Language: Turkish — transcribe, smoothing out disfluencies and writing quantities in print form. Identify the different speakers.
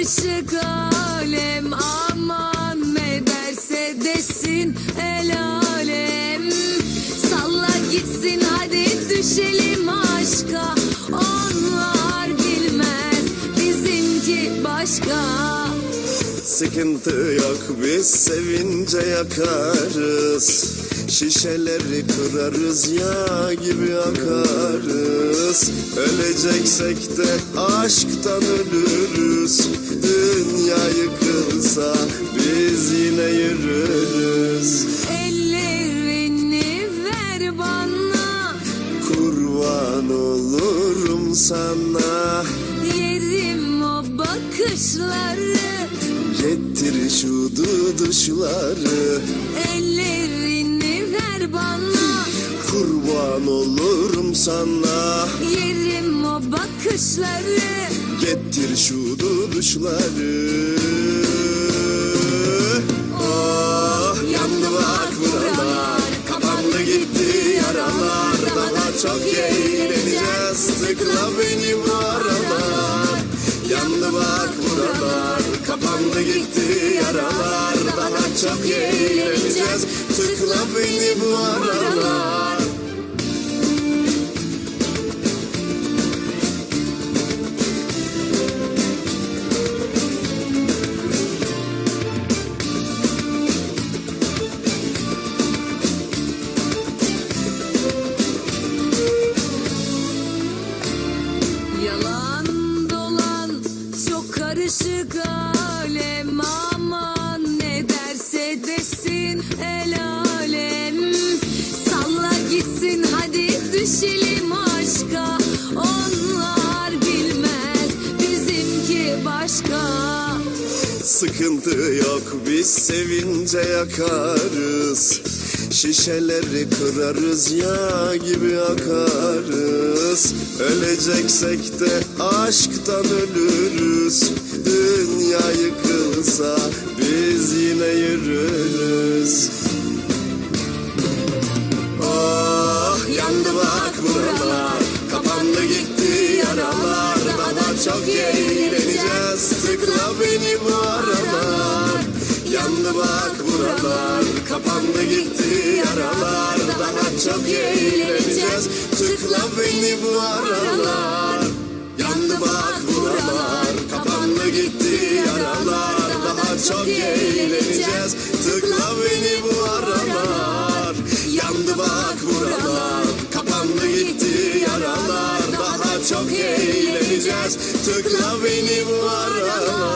Speaker 1: karışık alem, aman ne derse desin el alem. Salla gitsin hadi düşelim aşka, onlar bilmez bizimki başka.
Speaker 2: Sıkıntı yok biz sevince yakarız, şişeleri kırarız yağ gibi akarız. Öleceksek de aşktan ölürüz, dünya yıkılsa biz yine yürürüz.
Speaker 1: Ellerini ver bana,
Speaker 2: kurban olurum sana.
Speaker 1: yerim o bakışları,
Speaker 2: getir şu duduşları.
Speaker 1: ellerini ver bana,
Speaker 2: kurban olurum sana.
Speaker 1: yerim o bakışları,
Speaker 2: getir şu duduşları. Oh yandı bak buralar, kapandı gitti yaralar. Daha çok eğleneceğiz, tıkla beni bu aralar. Yandı bak buralar, kapandı gitti yaralar. Daha çok eğleneceğiz, tıkla beni bu aralar.
Speaker 1: yalan dolan çok karışık alem, aman ne derse desin el alem. Salla gitsin hadi düşelim aşka, onlar bilmez bizimki başka.
Speaker 2: Sıkıntı yok biz sevince yakarız, şişeleri kırarız yağ gibi akarız. Öleceksek de aşktan ölürüz, dünya yıkılsa biz yine yürürüz. Oh yandı bak buralar, kapandı gitti yaralar. Daha çok eğleneceğiz, tıkla beni bu aralar. Yandı bak buralar, kapandı gitti yaralar. Daha çok eğleneceğiz, tıkla beni bu aralar. Yandı bak buralar, kapandı gitti yaralar. Daha çok eğleneceğiz, tıkla beni bu aralar. Yandı bak buralar, kapandı gitti yaralar. Daha çok eğleneceğiz, tıkla beni bu aralar.